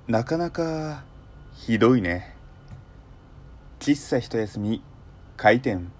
なかなかひどいね。喫茶一休み開店。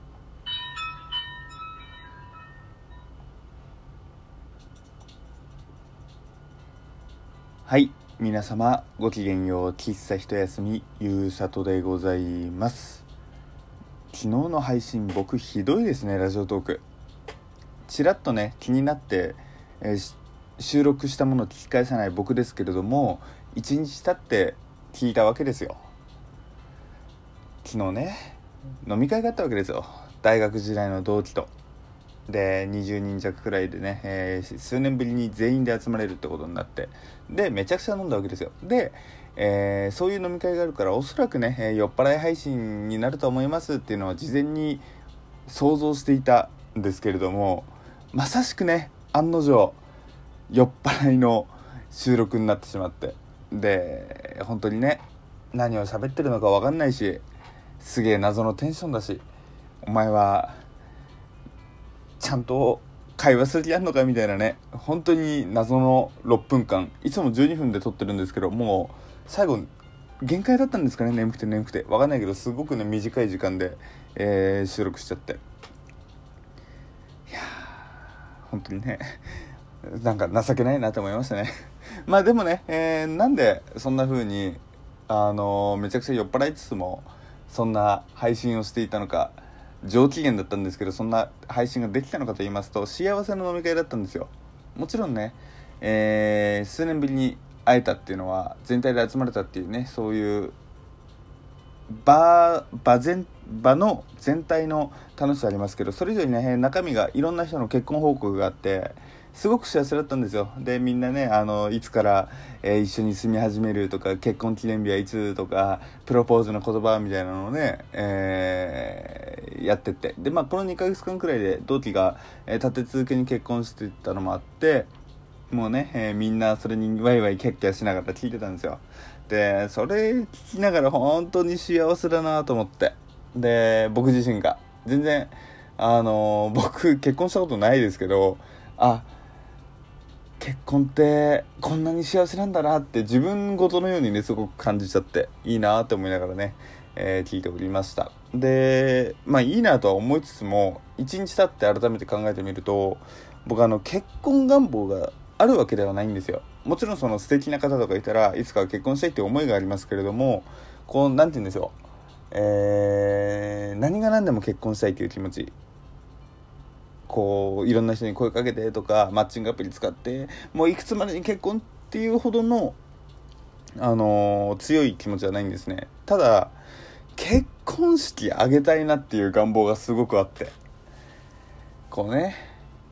はい、皆様ごきげんよう。喫茶一休みゆうさとでございます。昨日の配信僕ひどいですね。ラジオトークちらっとね気になって、収録したものを聞き返さない僕ですけれども、1日経って聞いたわけですよ。昨日ね飲み会があったわけですよ。大学時代の同期とで20人弱くらいでね、数年ぶりに全員で集まれるってことになって、でめちゃくちゃ飲んだわけですよ。で、そういう飲み会があるからおそらくね、酔っ払い配信になると思いますっていうのは事前に想像していたんですけれども、まさしくね案の定酔っ払いの収録になってしまって、で本当にね何を喋ってるのか分かんないし、すげえ謎のテンションだし、お前はちゃんと会話する気あんのかみたいなね、本当に謎の6分間、いつも12分で撮ってるんですけど、もう最後限界だったんですかね。眠くて分かんないけどすごくね短い時間で、収録しちゃって、いや本当にねなんか情けないなと思いましたねまあでもね、なんでそんな風にめちゃくちゃ酔っ払いつつもそんな配信をしていたのか、上機嫌だったんですけどそんな配信ができたのかと言いますと、幸せの飲み会だったんですよ。もちろんね、数年ぶりに会えたっていうのは、全体で集まれたっていうね、そういう場の全体の楽しさありますけど、それ以上にね中身がいろんな人の結婚報告があって、すごく幸せだったんですよ。でみんなねいつから、一緒に住み始めるとか、結婚記念日はいつとか、プロポーズの言葉みたいなのをね、やってって、でこの2ヶ月間くらいで同期が、立て続けに結婚していったのもあって、もうね、みんなそれにワイワイキャッキャしながら聞いてたんですよ。でそれ聞きながら本当に幸せだなと思って、で僕自身が全然僕結婚したことないですけど、結婚ってこんなに幸せなんだなって自分ごとのようにねすごく感じちゃって、いいなと思いながらね、聞いておりました。でいいなとは思いつつも、1日経って改めて考えてみると、僕結婚願望があるわけではないんですよ。もちろんその素敵な方とかいたらいつかは結婚したいっていう思いがありますけれども、こうなんて言うんでしょう、何が何でも結婚したいという気持ち、こういろんな人に声かけてとか、マッチングアプリ使ってもういくつまでに結婚っていうほどの強い気持ちはないんですね。ただ結婚式挙げたいなっていう願望がすごくあって、こうね、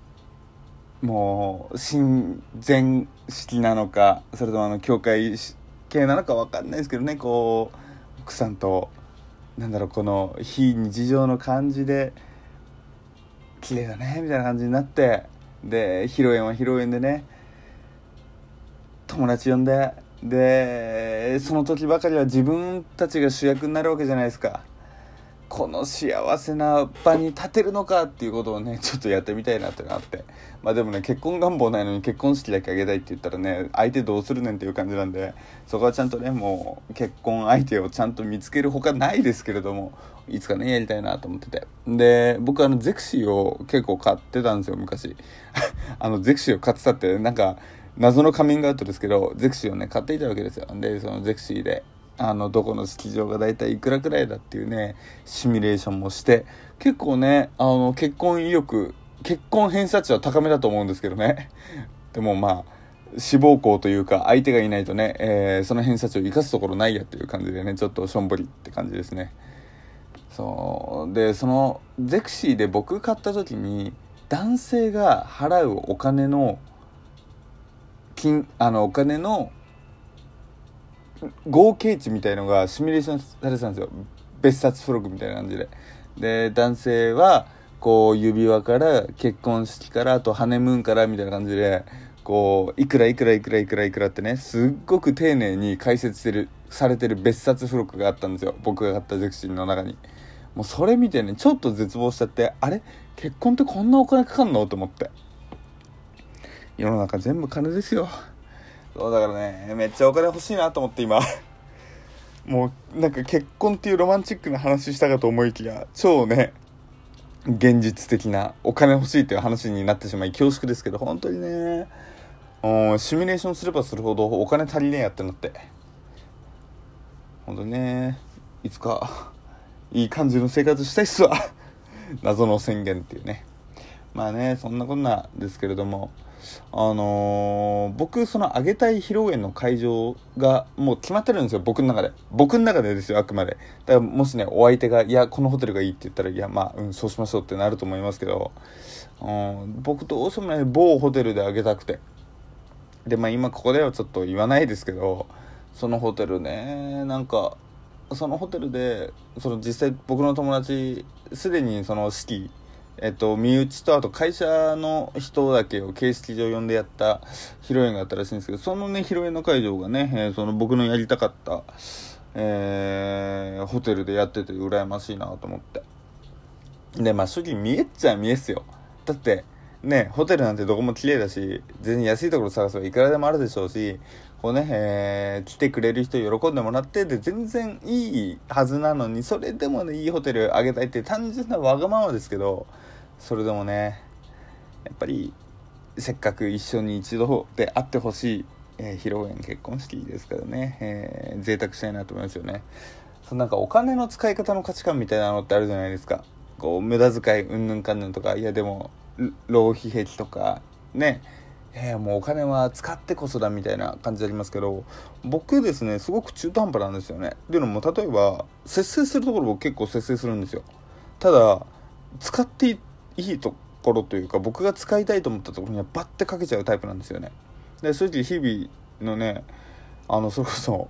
もう親善式なのか、それとも教会系なのか分かんないですけどね、こう奥さんとこの非日常の感じで綺麗だねみたいな感じになって、で披露宴は披露宴でね、友達呼んで、でその時ばかりは自分たちが主役になるわけじゃないですか。この幸せな場に立てるのかっていうことをねちょっとやってみたいなってのがあって、でもね結婚願望ないのに結婚式だけあげたいって言ったらね、相手どうするねんっていう感じなんで、そこはちゃんとねもう結婚相手をちゃんと見つけるほかないですけれども、いつかねやりたいなと思ってて、で僕ゼクシーを結構買ってたんですよ昔ゼクシーを買ってたって謎のカミングアウトですけど、ゼクシーをね買っていたわけですよ。でそのゼクシーでどこの式場がだいたいいくらくらいだっていうねシミュレーションもして、結構ね結婚意欲、結婚偏差値は高めだと思うんですけどねでも志望校というか相手がいないとね、その偏差値を生かすところないやっていう感じでね、ちょっとしょんぼりって感じですね。そうで、そのゼクシーで僕買った時に男性が払うお金のお金の合計値みたいのがシミュレーションされてたんですよ。別冊付録みたいな感じで。で男性はこう指輪から結婚式からあとハネムーンからみたいな感じで、こういくらってねすっごく丁寧に解説されてる別冊付録があったんですよ、僕が買ったゼクシーの中に。もうそれ見てねちょっと絶望しちゃって、あれ結婚ってこんなお金かかんのと思って。世の中全部金ですよ。 そうだからね、めっちゃお金欲しいなと思って今もうなんか結婚っていうロマンチックな話したかと思いきや、超ね現実的なお金欲しいっていう話になってしまい恐縮ですけど、本当にね、シミュレーションすればするほどお金足りねえやってなって、本当にね、いつかいい感じの生活したいっすわ謎の宣言っていうね。まあね、そんなこんなですけれども、僕そのあげたい披露宴の会場がもう決まってるんですよ、僕の中でですよ、あくまで。だからもしね、お相手がいやこのホテルがいいって言ったら、いやまあそうしましょうってなると思いますけど、僕どうしてもね某ホテルであげたくて、でまあ今ここではちょっと言わないですけど、そのホテルね、なんかそのホテルでその実際僕の友達すでにその式身内とあと会社の人だけを形式上呼んでやった披露宴があったらしいんですけど、そのね披露宴の会場がね、その僕のやりたかった、ホテルでやってて羨ましいなと思って。でまあ正直見えっちゃ見えっすよ。だってね、ホテルなんてどこも綺麗だし、全然安いところ探せばいくらでもあるでしょうし、こうね、来てくれる人喜んでもらってで全然いいはずなのに、それでもねいいホテルあげたいって単純なわがままですけど、それでもねやっぱりせっかく一緒に一度で会ってほしい、披露宴結婚式ですからね、贅沢したいなと思いますよね。なんかお金の使い方の価値観みたいなのってあるじゃないですか。こう無駄遣いうんぬんかんぬんとか、いやでも浪費癖とかね、もうお金は使ってこそだみたいな感じありますけど、僕ですねすごく中途半端なんですよね。っていうのも、例えば節制するところ僕結構節制するんですよ。ただ使っていいところというか、僕が使いたいと思ったところにはバッてかけちゃうタイプなんですよね。で正直日々のね、それこそ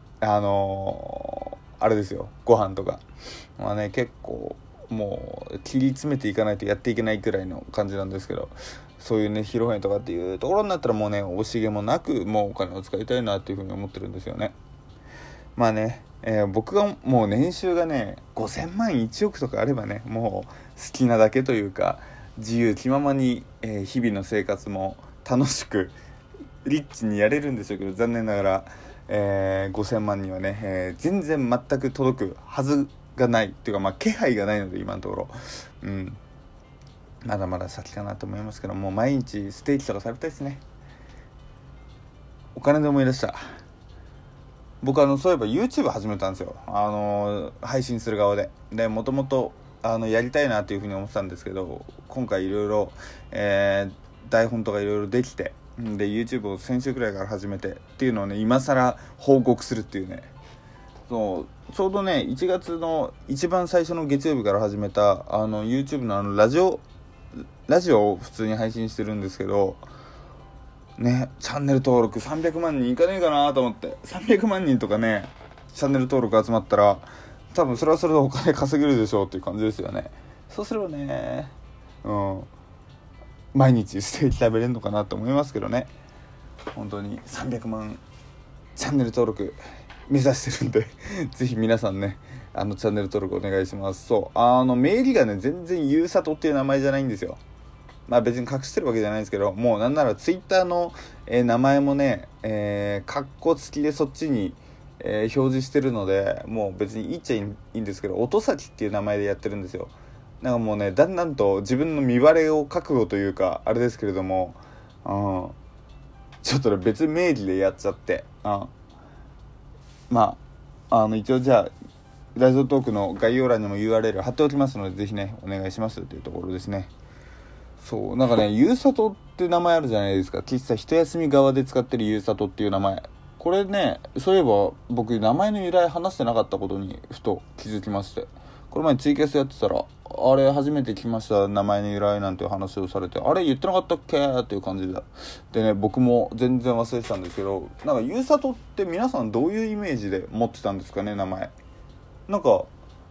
あれですよ、ご飯とかまあね結構もう切り詰めていかないとやっていけないくらいの感じなんですけど、そういうね披露宴とかっていうところになったらもうね惜しげもなくもうお金を使いたいなっていうふうに思ってるんですよね。まあね、僕がもう年収がね5000万1億とかあればね、もう好きなだけというか自由気ままに、日々の生活も楽しくリッチにやれるんでしょうけど、残念ながら、5000万にはね、全然全く届くはずがないっていうか、まあ気配がないので今のところ、まだまだ先かなと思いますけど、もう毎日ステーキとか食べたいですね。お金で思い出した、僕そういえば YouTube 始めたんですよ、配信する側で。でもともとやりたいなというふうに思ってたんですけど、今回いろいろ台本とかいろいろできて、で YouTube を先週くらいから始めてっていうのをね今更報告するっていうね。そうちょうどね1月の一番最初の月曜日から始めたYouTube のラジオを普通に配信してるんですけどね、チャンネル登録300万人いかねえかなと思って、300万人とかねチャンネル登録集まったら多分それはそれでお金稼げるでしょうっていう感じですよね。そうすればね、毎日ステーキ食べれるのかなと思いますけどね。本当に300万チャンネル登録目指してるんでぜひ皆さんねチャンネル登録お願いします。そう名義がね全然ゆうさとっていう名前じゃないんですよ。まあ別に隠してるわけじゃないんですけど、もうなんならツイッターの、名前もねカッコ付きでそっちに、表示してるので、もう別に言っちゃいいんですけど、音崎っていう名前でやってるんですよ。なんかもうねだんだんと自分の身バレを覚悟というかあれですけれども、ちょっとね別名義でやっちゃって、まあ一応じゃあラジオトークの概要欄にも URL 貼っておきますので、ぜひねお願いしますというところですね。そうなんかねゆうさとって名前あるじゃないですか。喫茶一休み側で使ってるゆうさとっていう名前、これねそういえば僕名前の由来話してなかったことにふと気づきまして、この前ツイキャスやってたらあれ初めて聞きました名前の由来なんていう話をされて、あれ言ってなかったっけっていう感じでね、僕も全然忘れてたんですけど、なんかゆうさとって皆さんどういうイメージで持ってたんですかね名前。なんか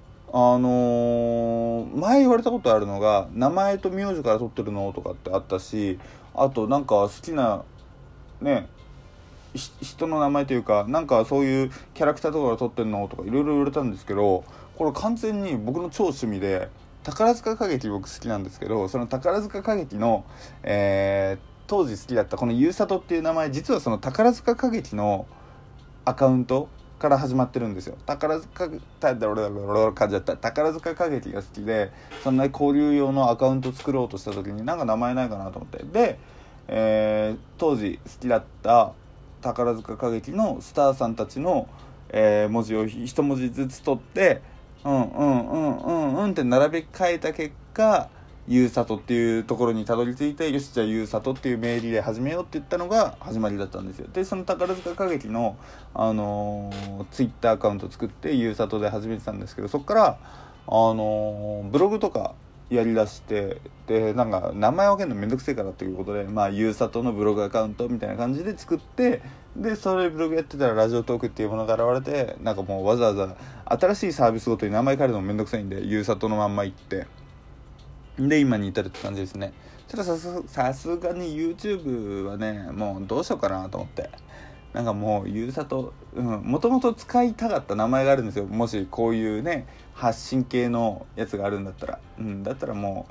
前言われたことあるのが、名前と名字から取ってるのとかってあったし、あとなんか好きなね人の名前というか、なんかそういうキャラクターとかから取ってるのとかいろいろ言われたんですけど、これ完全に僕の超趣味で、宝塚歌劇僕好きなんですけど、その宝塚歌劇の、 当時好きだったこのゆうさとっていう名前、実はその宝塚歌劇のアカウントから始まってるんですよ。宝塚歌劇が好きで、そんな交流用のアカウント作ろうとした時になんか名前ないかなと思って、で、当時好きだった宝塚歌劇のスターさんたちの、文字を一文字ずつ取ってって並べ替えた結果、ゆうさとっていうところにたどり着いて、よしじゃあゆうさとっていう名義で始めようって言ったのが始まりだったんですよ。でその宝塚歌劇のツイッターアカウント作ってゆうさとで始めてたんですけど、そこからブログとかやりだして、でなんか名前分けるのめんどくせえからということで、ゆうさとのブログアカウントみたいな感じで作って、でそれブログやってたらラジオトークっていうものが現れて、なんかもうわざわざ新しいサービスごとに名前変えるのもめんどくさいんでゆうさとのまんま行って、で今に至るって感じですね。たださすがに YouTube はね、もうどうしようかなと思って、なんかもうゆうさともともと使いたかった名前があるんですよ。もしこういうね発信系のやつがあるんだったら、だったらも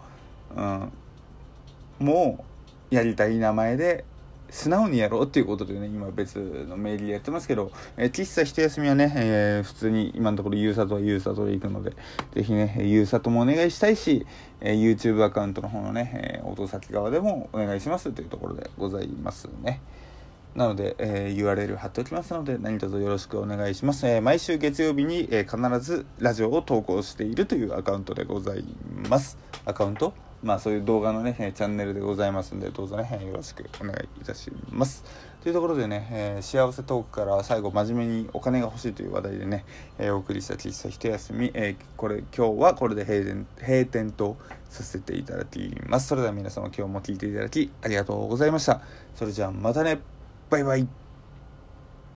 うやりたい名前で素直にやろうっていうことでね、今別のメールでやってますけど、喫茶一休みはね、普通に今のところゆうさとはゆうさとで行くので、ぜひねゆうさともお願いしたいし、YouTube アカウントの方のね、音先側でもお願いしますというところでございますね。なので、URL 貼っておきますので何卒よろしくお願いします。毎週月曜日に、必ずラジオを投稿しているというアカウントでございます。アカウントそういう動画のねチャンネルでございますので、どうぞねよろしくお願いいたします。というところでね、幸せトークから最後真面目にお金が欲しいという話題でね、お送りした喫茶一休み、今日はこれで閉店とさせていただきます。それでは皆様今日も聞いていただきありがとうございました。それじゃあまたね、バイバイ。